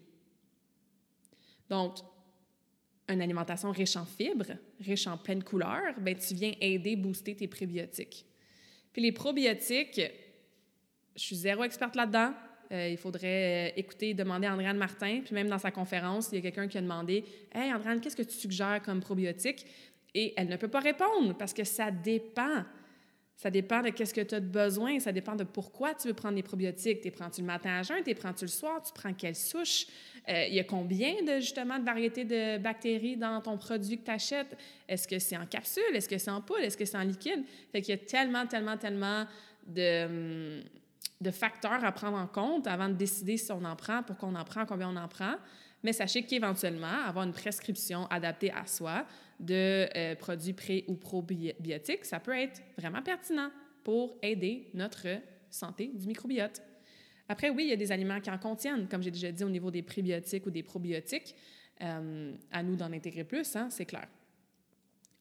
Donc, une alimentation riche en fibres, riche en plein de couleurs, bien, tu viens aider, booster tes prébiotiques. Puis les probiotiques, je suis zéro experte là-dedans. Euh, il faudrait euh, écouter, demander à Andréane Martin. Puis même dans sa conférence, il y a quelqu'un qui a demandé « Hey, Andréane, qu'est-ce que tu suggères comme probiotique? » Et elle ne peut pas répondre parce que ça dépend. Ça dépend de qu'est-ce que tu as de besoin. Ça dépend de pourquoi tu veux prendre des probiotiques. T'es prends-tu le matin à jeun? T'es prends-tu le soir? Tu prends quelle souche? Euh, il y a combien de, justement, de variétés de bactéries dans ton produit que tu achètes? Est-ce que c'est en capsule? Est-ce que c'est en poudre? Est-ce que c'est en liquide? Fait qu'il y a tellement, tellement, tellement de... Hum, de facteurs à prendre en compte avant de décider si on en prend, pourquoi on en prend, combien on en prend. Mais sachez qu'éventuellement, avoir une prescription adaptée à soi de euh, produits pré- ou probiotiques, ça peut être vraiment pertinent pour aider notre santé du microbiote. Après, oui, il y a des aliments qui en contiennent, comme j'ai déjà dit au niveau des prébiotiques ou des probiotiques. Euh, à nous d'en intégrer plus, hein, c'est clair.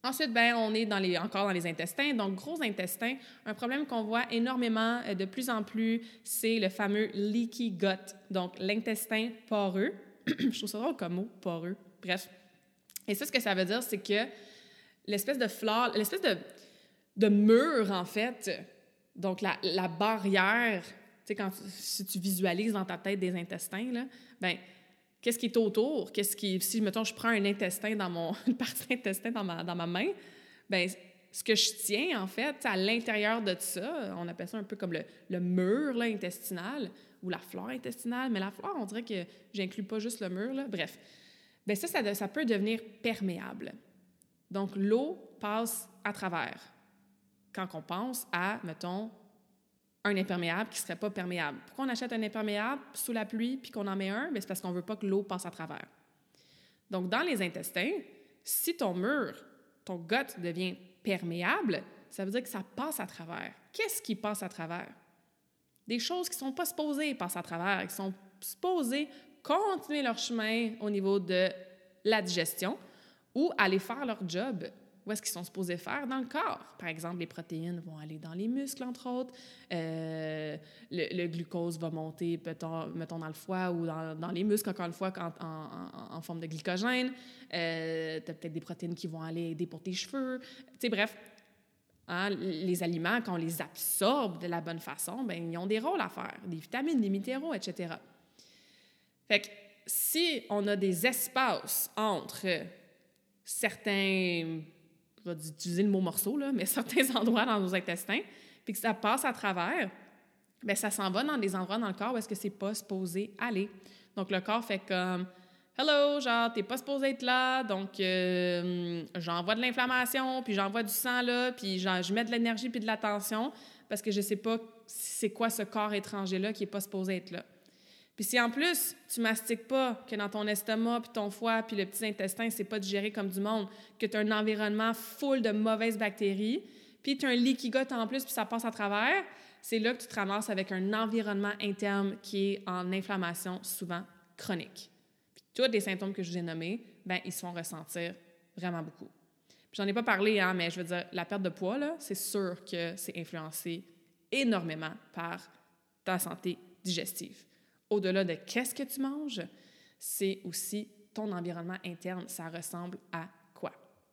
Ensuite, ben, on est dans les, encore dans les intestins. Donc, gros intestins, un problème qu'on voit énormément euh, de plus en plus, c'est le fameux leaky gut, donc l'intestin poreux. Je trouve ça drôle comme mot, poreux. Bref. Et ça, ce que ça veut dire, c'est que l'espèce de flore, l'espèce de, de mur, en fait, donc la, la barrière, tu sais, quand si tu visualises dans ta tête des intestins, là, ben qu'est-ce qui est autour? Qu'est-ce qui, si, mettons, je prends un intestin dans mon, une partie d'intestin dans ma, dans ma main, bien, ce que je tiens, en fait, à l'intérieur de ça, on appelle ça un peu comme le, le mur là, intestinal ou la flore intestinale, mais la flore, on dirait que j'inclus pas juste le mur, là. Bref. Bien, ça, ça, ça peut devenir perméable. Donc, l'eau passe à travers. Quand on pense à, mettons, un imperméable qui ne serait pas perméable. Pourquoi on achète un imperméable sous la pluie puis qu'on en met un? Bien, c'est parce qu'on ne veut pas que l'eau passe à travers. Donc, dans les intestins, si ton mur, ton gut devient perméable, ça veut dire que ça passe à travers. Qu'est-ce qui passe à travers? Des choses qui ne sont pas supposées passer à travers, qui sont supposées continuer leur chemin au niveau de la digestion ou aller faire leur job. Où est-ce qu'ils sont supposés faire dans le corps? Par exemple, les protéines vont aller dans les muscles, entre autres. Euh, le, le glucose va monter, mettons, mettons dans le foie ou dans, dans les muscles, encore une fois, en, en, en forme de glycogène. Euh, tu as peut-être des protéines qui vont aller aider pour tes cheveux. Tu sais, bref, hein, les aliments, quand on les absorbe de la bonne façon, bien, ils ont des rôles à faire, des vitamines, des minéraux, et cetera. Fait que si on a des espaces entre certains... je vais utiliser le mot morceau, là, mais certains endroits dans nos intestins, puis que ça passe à travers, bien, ça s'en va dans des endroits dans le corps où est-ce que c'est pas supposé aller. Donc, le corps fait comme « Hello, genre, t'es pas supposé être là, donc euh, j'envoie de l'inflammation, puis j'envoie du sang là, puis genre, je mets de l'énergie puis de l'attention parce que je sais pas c'est quoi ce corps étranger-là qui est pas supposé être là. » Puis si en plus, tu mastiques pas, que dans ton estomac, puis ton foie, puis le petit intestin, c'est pas digéré comme du monde, que tu as un environnement full de mauvaises bactéries, puis tu as un leaky gut en plus, puis ça passe à travers, c'est là que tu te ramasses avec un environnement interne qui est en inflammation, souvent chronique. Puis tous les symptômes que je vous ai nommés, bien, ils se font ressentir vraiment beaucoup. Puis j'en ai pas parlé, hein, mais je veux dire, la perte de poids, là, c'est sûr que c'est influencé énormément par ta santé digestive. Au-delà de qu'est-ce que tu manges, c'est aussi ton environnement interne. Ça ressemble à quoi?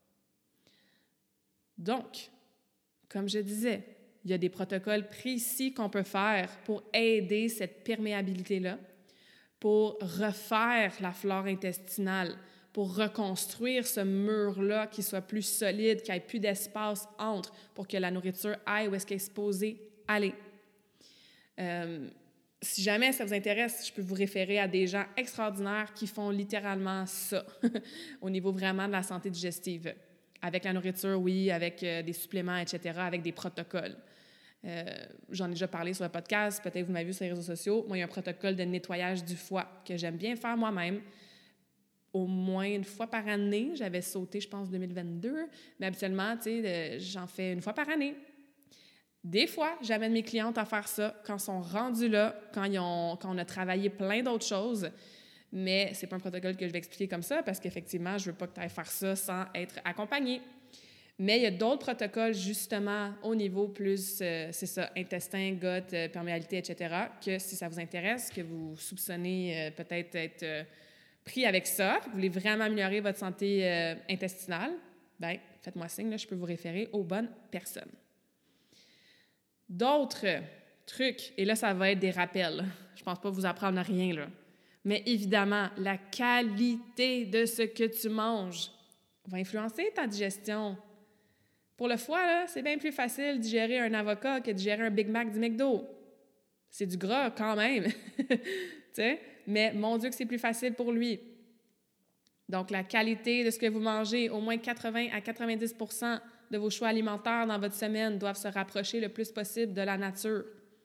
Donc, comme je disais, il y a des protocoles précis qu'on peut faire pour aider cette perméabilité-là, pour refaire la flore intestinale, pour reconstruire ce mur-là qui soit plus solide, qu'il n'y ait plus d'espace entre, pour que la nourriture aille où est-ce qu'elle est supposée aller. Euh, Si jamais ça vous intéresse, je peux vous référer à des gens extraordinaires qui font littéralement ça au niveau vraiment de la santé digestive. Avec la nourriture, oui, avec euh, des suppléments, et cetera, avec des protocoles. Euh, j'en ai déjà parlé sur le podcast, peut-être vous m'avez vu sur les réseaux sociaux. Moi, il y a un protocole de nettoyage du foie que j'aime bien faire moi-même. Au moins une fois par année. J'avais sauté, je pense, deux mille vingt-deux. Mais habituellement, tu sais, j'en fais une fois par année. Des fois, j'amène mes clientes à faire ça quand ils sont rendus là, quand, ils ont, quand on a travaillé plein d'autres choses. Mais c'est pas un protocole que je vais expliquer comme ça parce qu'effectivement, je veux pas que tu ailles faire ça sans être accompagnée. Mais il y a d'autres protocoles, justement, au niveau plus, euh, c'est ça, intestin, gut, euh, perméabilité, et cetera, que si ça vous intéresse, que vous soupçonnez euh, peut-être être euh, pris avec ça, que vous voulez vraiment améliorer votre santé euh, intestinale, bien, faites-moi signe, là, je peux vous référer aux bonnes personnes. D'autres trucs, et là, ça va être des rappels. Je pense pas vous apprendre à rien, là. Mais évidemment, la qualité de ce que tu manges va influencer ta digestion. Pour le foie, là, c'est bien plus facile de digérer un avocat que de digérer un Big Mac du McDo. C'est du gras quand même, tu sais, mais mon Dieu que c'est plus facile pour lui. Donc, la qualité de ce que vous mangez, au moins quatre-vingts à quatre-vingt-dix pour cent de vos choix alimentaires dans votre semaine doivent se rapprocher le plus possible de la nature.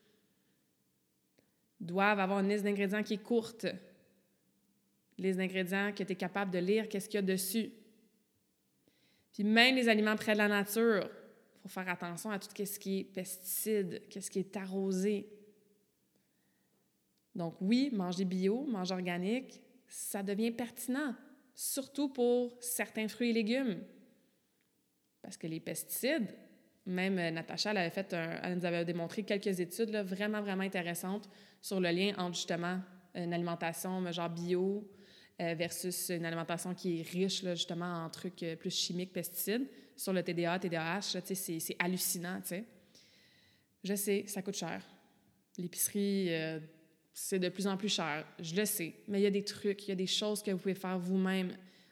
Doivent avoir une liste d'ingrédients qui est courte. Liste d'ingrédients que tu es capable de lire, qu'est-ce qu'il y a dessus. Puis même les aliments près de la nature, il faut faire attention à tout ce qui est pesticides, qu'est-ce qui est arrosé. Donc oui, manger bio, manger organique, ça devient pertinent, surtout pour certains fruits et légumes. Parce que les pesticides, même euh, Natacha, elle avait fait un, elle nous avait démontré quelques études là, vraiment, vraiment intéressantes sur le lien entre justement une alimentation genre bio euh, versus une alimentation qui est riche là, justement en trucs euh, plus chimiques, pesticides, sur le T D A, T D A H, là, c'est, c'est hallucinant, tu sais. Je sais, ça coûte cher. L'épicerie, euh, c'est de plus en plus cher, je le sais, mais il y a des trucs, il y a des choses que vous pouvez faire vous-même.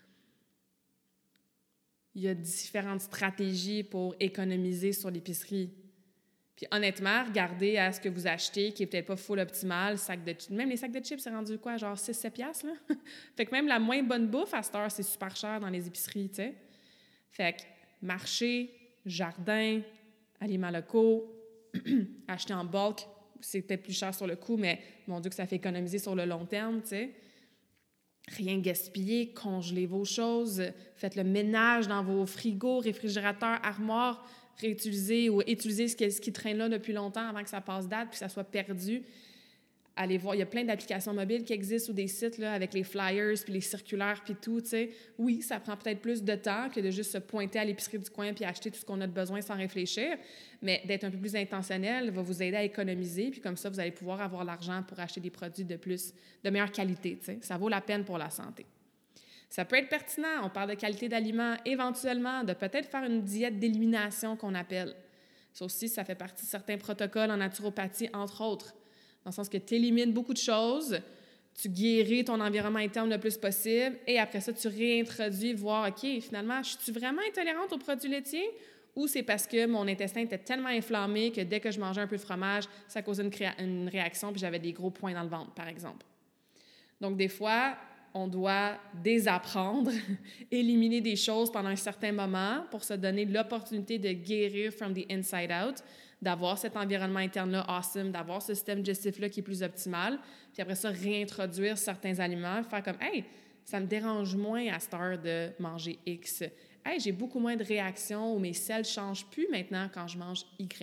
Il y a différentes stratégies pour économiser sur l'épicerie. Puis honnêtement, regardez à ce que vous achetez, qui est peut-être pas full optimal, sac de chips. Même les sacs de chips, c'est rendu quoi, genre six sept piastres, là? Fait que même la moins bonne bouffe, à cette heure, c'est super cher dans les épiceries, tu sais. Fait que marché, jardin, aliments locaux, acheter en bulk, c'est peut-être plus cher sur le coup, mais mon Dieu que ça fait économiser sur le long terme, tu sais. Rien gaspiller, congelez vos choses, faites le ménage dans vos frigos, réfrigérateurs, armoires, réutilisez ou utilisez ce qui, ce qui traîne là depuis longtemps avant que ça passe date puis que ça soit perdu. Allez voir, il y a plein d'applications mobiles qui existent ou des sites là, avec les flyers puis les circulaires puis tout, tu sais. Oui, ça prend peut-être plus de temps que de juste se pointer à l'épicerie du coin puis acheter tout ce qu'on a de besoin sans réfléchir, mais d'être un peu plus intentionnel va vous aider à économiser puis comme ça, vous allez pouvoir avoir l'argent pour acheter des produits de plus, de meilleure qualité, tu sais. Ça vaut la peine pour la santé. Ça peut être pertinent, on parle de qualité d'aliments, éventuellement, de peut-être faire une diète d'élimination qu'on appelle. Ça aussi, ça fait partie de certains protocoles en naturopathie, entre autres. Dans le sens que tu élimines beaucoup de choses, tu guéris ton environnement interne le plus possible, et après ça, tu réintroduis, voir, OK, finalement, je suis vraiment intolérante aux produits laitiers ou c'est parce que mon intestin était tellement inflammé que dès que je mangeais un peu de fromage, ça causait une, créa- une réaction puis j'avais des gros points dans le ventre, par exemple. Donc, des fois, on doit désapprendre, éliminer des choses pendant un certain moment pour se donner l'opportunité de guérir from the inside out, d'avoir cet environnement interne-là awesome, d'avoir ce système digestif-là qui est plus optimal, puis après ça, réintroduire certains aliments, faire comme « Hey, ça me dérange moins à cette heure de manger X. Hey, j'ai beaucoup moins de réactions ou mes selles ne changent plus maintenant quand je mange Y. »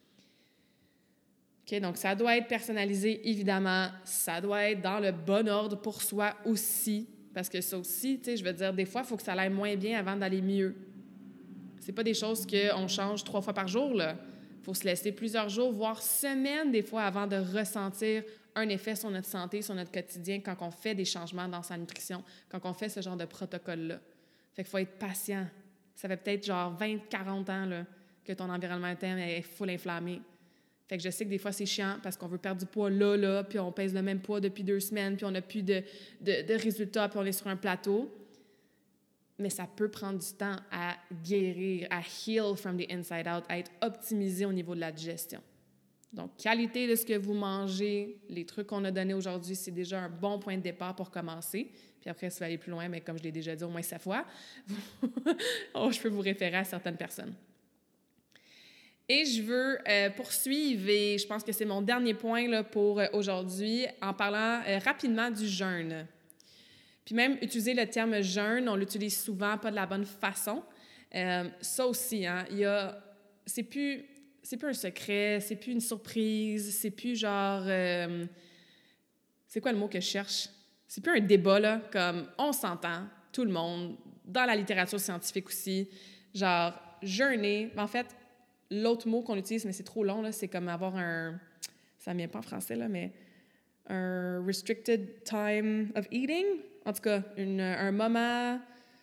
OK, donc ça doit être personnalisé, évidemment. Ça doit être dans le bon ordre pour soi aussi, parce que ça aussi, tu sais, je veux dire, des fois, il faut que ça aille moins bien avant d'aller mieux. C'est pas des choses qu'on change trois fois par jour, là. Il faut se laisser plusieurs jours, voire semaines, des fois, avant de ressentir un effet sur notre santé, sur notre quotidien, quand on fait des changements dans sa nutrition, quand on fait ce genre de protocole-là. Fait qu'il faut être patient. Ça fait peut-être genre vingt, quarante ans là, que ton environnement interne est full inflammé. Fait que je sais que des fois, c'est chiant parce qu'on veut perdre du poids là, là, puis on pèse le même poids depuis deux semaines, puis on n'a plus de, de, de résultats, puis on est sur un plateau. Mais ça peut prendre du temps à guérir, à heal from the inside out, à être optimisé au niveau de la digestion. Donc, qualité de ce que vous mangez, les trucs qu'on a donnés aujourd'hui, c'est déjà un bon point de départ pour commencer. Puis après, si vous allez plus loin, mais comme je l'ai déjà dit au moins sept fois, oh, je peux vous référer à certaines personnes. Et je veux euh, poursuivre, et je pense que c'est mon dernier point là, pour euh, aujourd'hui, en parlant euh, rapidement du jeûne. Puis même, utiliser le terme « jeûne », on l'utilise souvent pas de la bonne façon. Euh, ça aussi, hein, il y a... C'est plus, c'est plus un secret, c'est plus une surprise, c'est plus genre... Euh, c'est quoi le mot que je cherche? C'est plus un débat, là, comme on s'entend, tout le monde, dans la littérature scientifique aussi, genre jeûner. En fait, l'autre mot qu'on utilise, mais c'est trop long, là, c'est comme avoir un... Ça ne vient pas en français, là, mais... un restricted time of eating. En tout cas, une, un moment...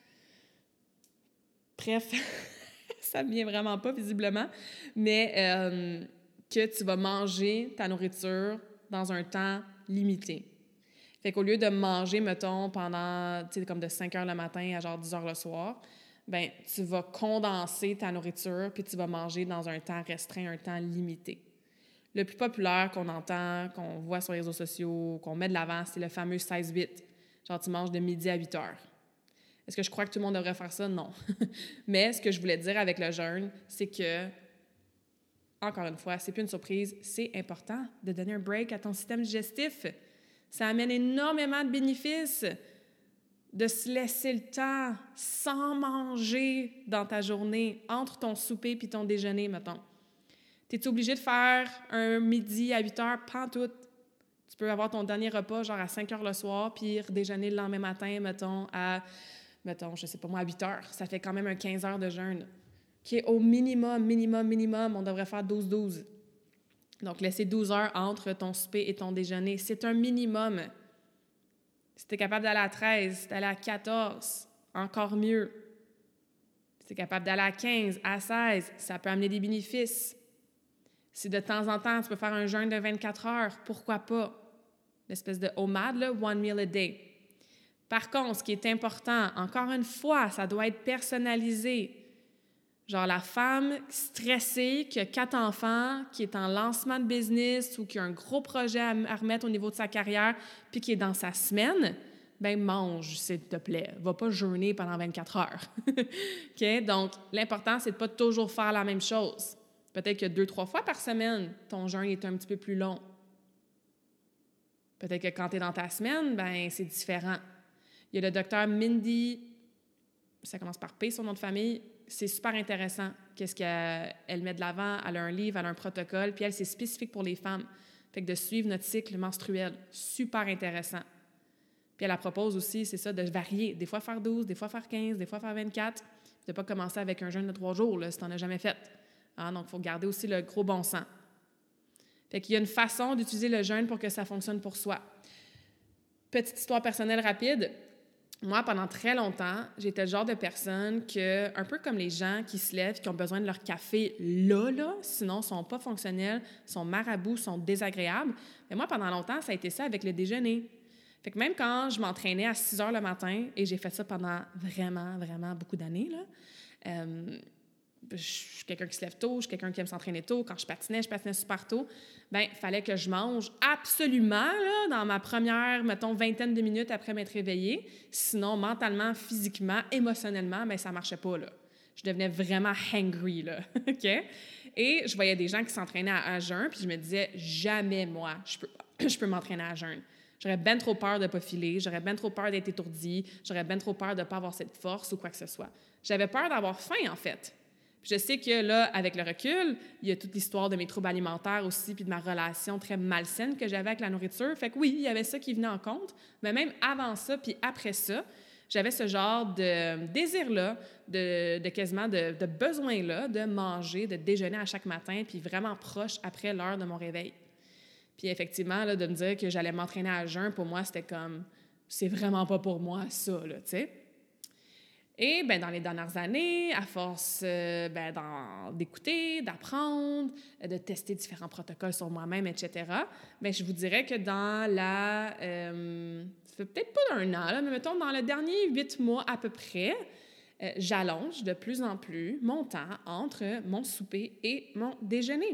Bref, ça ne vient vraiment pas, visiblement, mais euh, que tu vas manger ta nourriture dans un temps limité. Fait qu'au lieu de manger, mettons, pendant, tu sais, comme de cinq heures le matin à genre dix heures le soir, ben tu vas condenser ta nourriture puis tu vas manger dans un temps restreint, un temps limité. Le plus populaire qu'on entend, qu'on voit sur les réseaux sociaux, qu'on met de l'avant, c'est le fameux seize huit. Genre, tu manges de midi à huit heures. Est-ce que je crois que tout le monde devrait faire ça? Non. Mais ce que je voulais dire avec le jeûne, c'est que, encore une fois, c'est plus une surprise, c'est important de donner un break à ton système digestif. Ça amène énormément de bénéfices de se laisser le temps sans manger dans ta journée, entre ton souper et ton déjeuner, mettons. T'es-tu obligé de faire un midi à huit heures? Pantoute. Tu peux avoir ton dernier repas genre à cinq heures le soir, puis déjeuner le lendemain matin, mettons, à, mettons, je sais pas moi, à huit heures. Ça fait quand même un quinze heures de jeûne. qu'au minimum, minimum, minimum, on devrait faire douze douze. Donc, laisser douze heures entre ton souper et ton déjeuner. C'est un minimum. Si tu es capable d'aller à treize, d'aller à quatorze, encore mieux. Si tu es capable d'aller à quinze, à seize, ça peut amener des bénéfices. Si de temps en temps, tu peux faire un jeûne de vingt-quatre heures, pourquoi pas? L'espèce de O M A D, là, one meal a day. Par contre, ce qui est important, encore une fois, ça doit être personnalisé. Genre la femme stressée, qui a quatre enfants, qui est en lancement de business ou qui a un gros projet à, à remettre au niveau de sa carrière, puis qui est dans sa semaine, bien, mange, s'il te plaît. Va pas jeûner pendant vingt-quatre heures. OK? Donc, l'important, c'est de pas toujours faire la même chose. Peut-être que deux, trois fois par semaine, ton jeûne est un petit peu plus long. Peut-être que quand tu es dans ta semaine, ben c'est différent. Il y a le docteur Mindy, ça commence par P, son nom de famille. C'est super intéressant qu'est-ce qu'elle met de l'avant. Elle a un livre, elle a un protocole, puis elle, c'est spécifique pour les femmes. Fait que de suivre notre cycle menstruel, super intéressant. Puis elle la propose aussi, c'est ça, de varier. Des fois faire douze, des fois faire quinze, des fois faire vingt-quatre. De ne pas commencer avec un jeûne de trois jours, là, si tu n'en as jamais fait. Hein? Donc, il faut garder aussi le gros bon sens. Fait qu'il y a une façon d'utiliser le jeûne pour que ça fonctionne pour soi. Petite histoire personnelle rapide. Moi, pendant très longtemps, j'étais le genre de personne que, un peu comme les gens qui se lèvent, qui ont besoin de leur café là, là, sinon ils ne sont pas fonctionnels, sont marabouts, sont désagréables. Mais moi, pendant longtemps, ça a été ça avec le déjeuner. Fait que même quand je m'entraînais à six heures le matin, et j'ai fait ça pendant vraiment, vraiment beaucoup d'années, là, euh, je suis quelqu'un qui se lève tôt, je suis quelqu'un qui aime s'entraîner tôt. Quand je patinais, je patinais super tôt. Bien, il fallait que je mange absolument, là, dans ma première, mettons, vingtaine de minutes après m'être réveillée. Sinon, mentalement, physiquement, émotionnellement, bien, ça ne marchait pas, là. Je devenais vraiment hangry, là. OK? Et je voyais des gens qui s'entraînaient à, à jeun, puis je me disais, jamais, moi, je peux, je peux m'entraîner à jeun. J'aurais bien trop peur de ne pas filer, j'aurais bien trop peur d'être étourdie, j'aurais bien trop peur de ne pas avoir cette force ou quoi que ce soit. J'avais peur d'avoir faim, en fait. Puis je sais que là, avec le recul, il y a toute l'histoire de mes troubles alimentaires aussi, puis de ma relation très malsaine que j'avais avec la nourriture. Fait que oui, il y avait ça qui venait en compte, mais même avant ça, puis après ça, j'avais ce genre de désir-là, de, de quasiment de, de besoin-là de manger, de déjeuner à chaque matin, puis vraiment proche après l'heure de mon réveil. Puis effectivement, là, de me dire que j'allais m'entraîner à jeun, pour moi, c'était comme, c'est vraiment pas pour moi, ça, là, tu sais. Et bien, dans les dernières années, à force euh, ben, d'écouter, d'apprendre, de tester différents protocoles sur moi-même, et cetera, bien, je vous dirais que dans la... Euh, ça fait peut-être pas d'un an, là, mais mettons, dans le dernier huit mois à peu près, euh, j'allonge de plus en plus mon temps entre mon souper et mon déjeuner.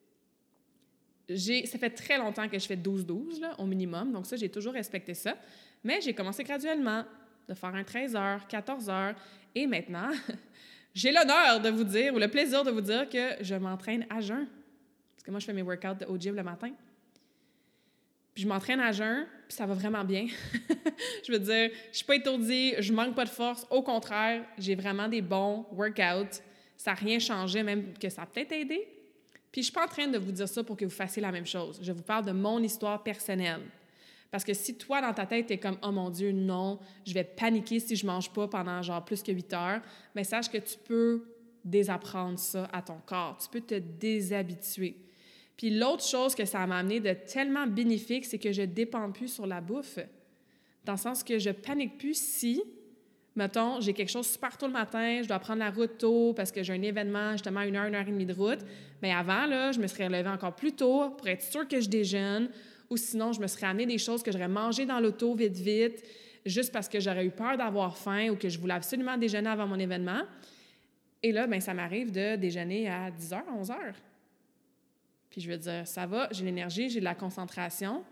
J'ai, ça fait très longtemps que je fais douze douze, là, au minimum, donc ça, j'ai toujours respecté ça, mais j'ai commencé graduellement de faire un treize heures, quatorze heures, et maintenant, j'ai l'honneur de vous dire, ou le plaisir de vous dire que je m'entraîne à jeun. Parce que moi, je fais mes workouts au gym le matin. Puis je m'entraîne à jeun, puis ça va vraiment bien. Je veux dire, je suis pas étourdie, je manque pas de force. Au contraire, j'ai vraiment des bons workouts. Ça n'a rien changé, même que ça a peut-être aidé. Puis je suis pas en train de vous dire ça pour que vous fassiez la même chose. Je vous parle de mon histoire personnelle. Parce que si toi, dans ta tête, t'es comme « Oh mon Dieu, non, je vais paniquer si je mange pas pendant genre plus que huit heures », bien sache que tu peux désapprendre ça à ton corps. Tu peux te déshabituer. Puis l'autre chose que ça m'a amené de tellement bénéfique, c'est que je ne dépends plus sur la bouffe. Dans le sens que je panique plus si, mettons, j'ai quelque chose super tôt le matin, je dois prendre la route tôt parce que j'ai un événement, justement, une heure, une heure et demie de route. Bien avant, là, je me serais relevée encore plus tôt pour être sûre que je déjeune. Ou sinon, je me serais amené des choses que j'aurais mangées dans l'auto vite, vite, juste parce que j'aurais eu peur d'avoir faim ou que je voulais absolument déjeuner avant mon événement. Et là, bien, ça m'arrive de déjeuner à dix heures, onze heures. Puis je veux dire, ça va, j'ai l'énergie, j'ai de la concentration.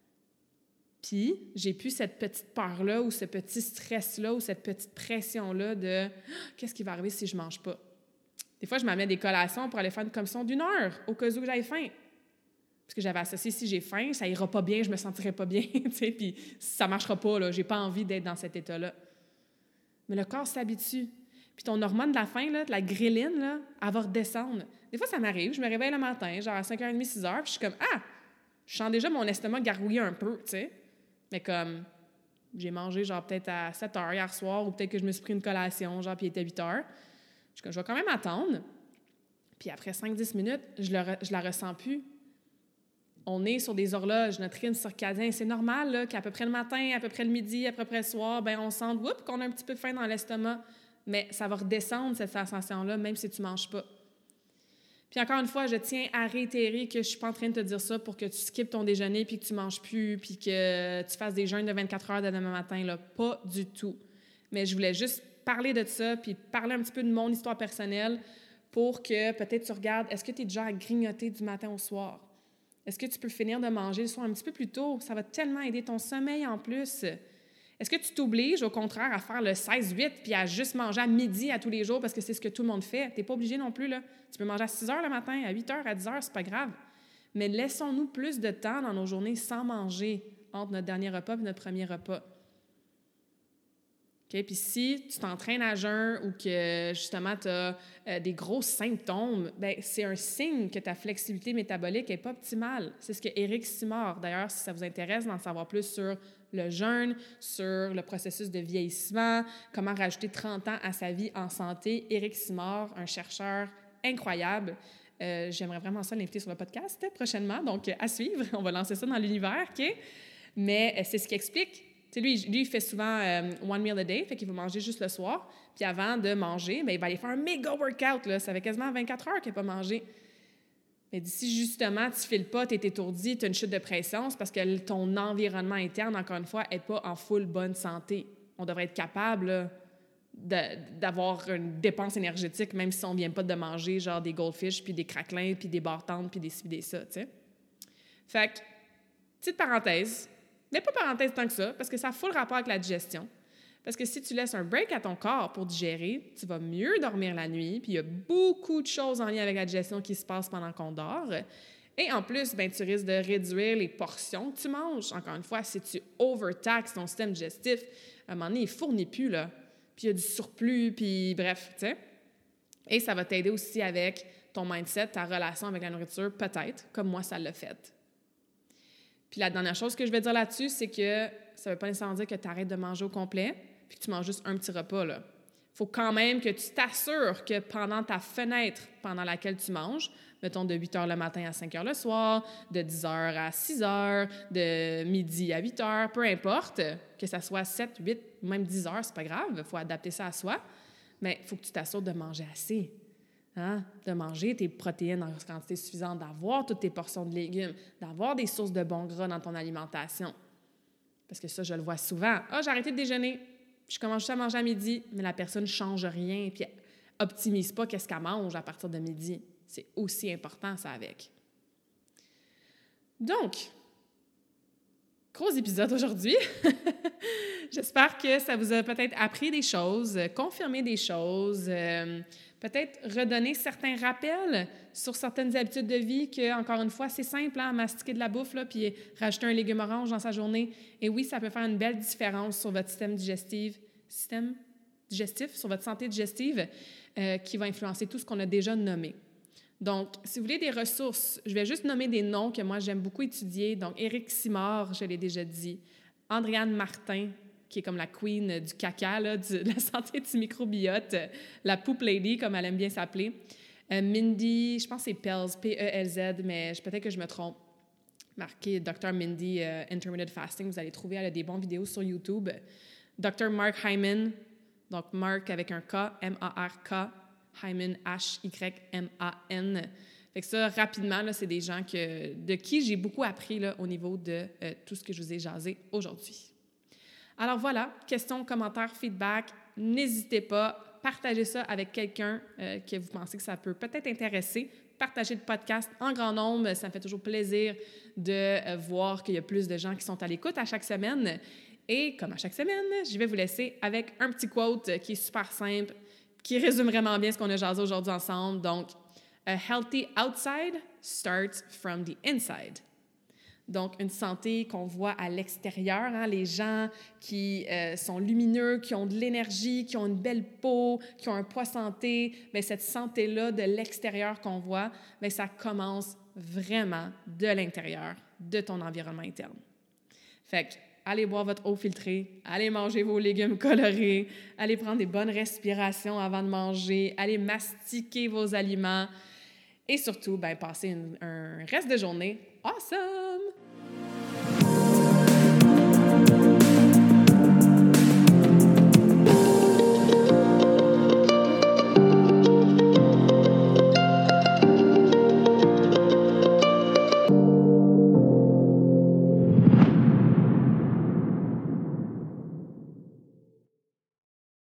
Puis j'ai plus cette petite peur-là ou ce petit stress-là ou cette petite pression-là de « Qu'est-ce qui va arriver si je mange pas? » Des fois, je m'amène des collations pour aller faire une commission d'une heure au cas où j'aille faim. Parce que j'avais associé, si j'ai faim, ça ira pas bien, je me sentirai pas bien, tu sais, puis ça marchera pas, là, j'ai pas envie d'être dans cet état-là. Mais le corps s'habitue. Puis ton hormone de la faim, là, la gréline, là, elle va redescendre. Des fois, ça m'arrive, je me réveille le matin, genre à cinq heures trente, six heures, puis je suis comme « Ah! » Je sens déjà mon estomac gargouiller un peu, tu sais. Mais comme, j'ai mangé genre peut-être à sept heures hier soir, ou peut-être que je me suis pris une collation, genre, puis il était huit heures. Je, je vais quand même attendre. Puis après cinq dix minutes, je ne la ressens plus. On est sur des horloges, notre rythme circadien. C'est normal là, qu'à peu près le matin, à peu près le midi, à peu près le soir, ben on sente whoop, qu'on a un petit peu faim dans l'estomac. Mais ça va redescendre, cette sensation-là, même si tu ne manges pas. Puis encore une fois, je tiens à réitérer que je ne suis pas en train de te dire ça pour que tu skippes ton déjeuner puis que tu ne manges plus puis que tu fasses des jeûnes de vingt-quatre heures de demain matin. Là. Pas du tout. Mais je voulais juste parler de ça puis parler un petit peu de mon histoire personnelle pour que peut-être tu regardes, est-ce que tu es déjà à grignoter du matin au soir? Est-ce que tu peux finir de manger le soir un petit peu plus tôt? Ça va tellement aider ton sommeil en plus. Est-ce que tu t'obliges, au contraire, à faire le seize huit puis à juste manger à midi à tous les jours parce que c'est ce que tout le monde fait? Tu n'es pas obligé non plus, là. Tu peux manger à six heures le matin, à huit heures, à dix heures, c'est pas grave. Mais laissons-nous plus de temps dans nos journées sans manger entre notre dernier repas et notre premier repas. Okay? Puis si tu t'entraînes à jeun ou que, justement, tu as euh, des gros symptômes, bien, c'est un signe que ta flexibilité métabolique n'est pas optimale. C'est ce que Éric Simard, d'ailleurs, si ça vous intéresse d'en savoir plus sur le jeûne, sur le processus de vieillissement, comment rajouter trente ans à sa vie en santé, Éric Simard, un chercheur incroyable. Euh, j'aimerais vraiment ça l'inviter sur le podcast prochainement, donc à suivre. On va lancer ça dans l'univers, OK? Mais euh, c'est ce qui explique. Tu sais, lui, lui, il fait souvent euh, one meal a day, fait qu'il va manger juste le soir. Puis avant de manger, bien, il va aller faire un méga workout. Là. Ça fait quasiment vingt-quatre heures qu'il n'a pas mangé. Mais si justement, tu ne files pas, tu es étourdi, tu as une chute de pression, c'est parce que ton environnement interne, encore une fois, n'est pas en full bonne santé. On devrait être capable là, de, d'avoir une dépense énergétique, même si on ne vient pas de manger genre des goldfish, puis des craquelins, puis des bartendes, puis des ci, des ça, tu sais. Fait que, petite parenthèse, mais pas parenthèse tant que ça, parce que ça a full rapport avec la digestion. Parce que si tu laisses un break à ton corps pour digérer, tu vas mieux dormir la nuit, puis il y a beaucoup de choses en lien avec la digestion qui se passent pendant qu'on dort. Et en plus, ben, tu risques de réduire les portions que tu manges. Encore une fois, si tu overtaxes ton système digestif, à un moment donné, il ne fournit plus, là. Puis il y a du surplus, puis bref, tu sais. Et ça va t'aider aussi avec ton mindset, ta relation avec la nourriture, peut-être, comme moi, ça l'a fait. Puis la dernière chose que je vais dire là-dessus, c'est que ça ne veut pas nécessairement dire que tu arrêtes de manger au complet puis que tu manges juste un petit repas, là. Il faut quand même que tu t'assures que pendant ta fenêtre pendant laquelle tu manges, mettons de huit heures le matin à cinq heures le soir, de dix heures à six heures, de midi à huit heures, peu importe, que ça soit sept, huit, même dix heures, c'est pas grave, il faut adapter ça à soi, mais il faut que tu t'assures de manger assez. Hein? De manger tes protéines en quantité suffisante, d'avoir toutes tes portions de légumes, d'avoir des sources de bons gras dans ton alimentation. Parce que ça, je le vois souvent. « Ah, j'ai arrêté de déjeuner, je commence juste à manger à midi, mais la personne ne change rien puis optimise pas qu'est-ce qu'elle mange à partir de midi. » C'est aussi important, ça, avec. Donc, gros épisode aujourd'hui. J'espère que ça vous a peut-être appris des choses, confirmé des choses, euh, peut-être redonner certains rappels sur certaines habitudes de vie que, encore une fois, c'est simple, hein, mastiquer de la bouffe, là, puis rajouter un légume orange dans sa journée. Et oui, ça peut faire une belle différence sur votre système digestif, système digestif, sur votre santé digestive, euh, qui va influencer tout ce qu'on a déjà nommé. Donc, si vous voulez des ressources, je vais juste nommer des noms que moi, j'aime beaucoup étudier. Donc, Éric Simard, je l'ai déjà dit. Andréane Martin, qui est comme la queen du caca, là, du, de la santé du microbiote, la Poop Lady, comme elle aime bien s'appeler. Euh, Mindy, je pense que c'est Pelz, P E L Z, mais peut-être que je me trompe. Marqué docteur Mindy euh, Intermittent Fasting, vous allez trouver, elle a des bonnes vidéos sur YouTube. docteur Mark Hyman, donc Mark avec un K, M A R K, Hyman, H Y M A N. Fait que ça, rapidement, là, c'est des gens que, de qui j'ai beaucoup appris là, au niveau de euh, tout ce que je vous ai jasé aujourd'hui. Alors voilà, questions, commentaires, feedback, n'hésitez pas, partagez ça avec quelqu'un euh, que vous pensez que ça peut peut-être intéresser. Partagez le podcast en grand nombre, ça me fait toujours plaisir de euh, voir qu'il y a plus de gens qui sont à l'écoute à chaque semaine. Et comme à chaque semaine, je vais vous laisser avec un petit quote qui est super simple, qui résume vraiment bien ce qu'on a jasé aujourd'hui ensemble. Donc, « A healthy outside starts from the inside ». Donc, une santé qu'on voit à l'extérieur, hein, les gens qui euh, sont lumineux, qui ont de l'énergie, qui ont une belle peau, qui ont un poids santé, bien, cette santé-là de l'extérieur qu'on voit, bien, ça commence vraiment de l'intérieur, de ton environnement interne. Fait que allez boire votre eau filtrée, allez manger vos légumes colorés, allez prendre des bonnes respirations avant de manger, allez mastiquer vos aliments et surtout, ben, passez une, un reste de journée awesome!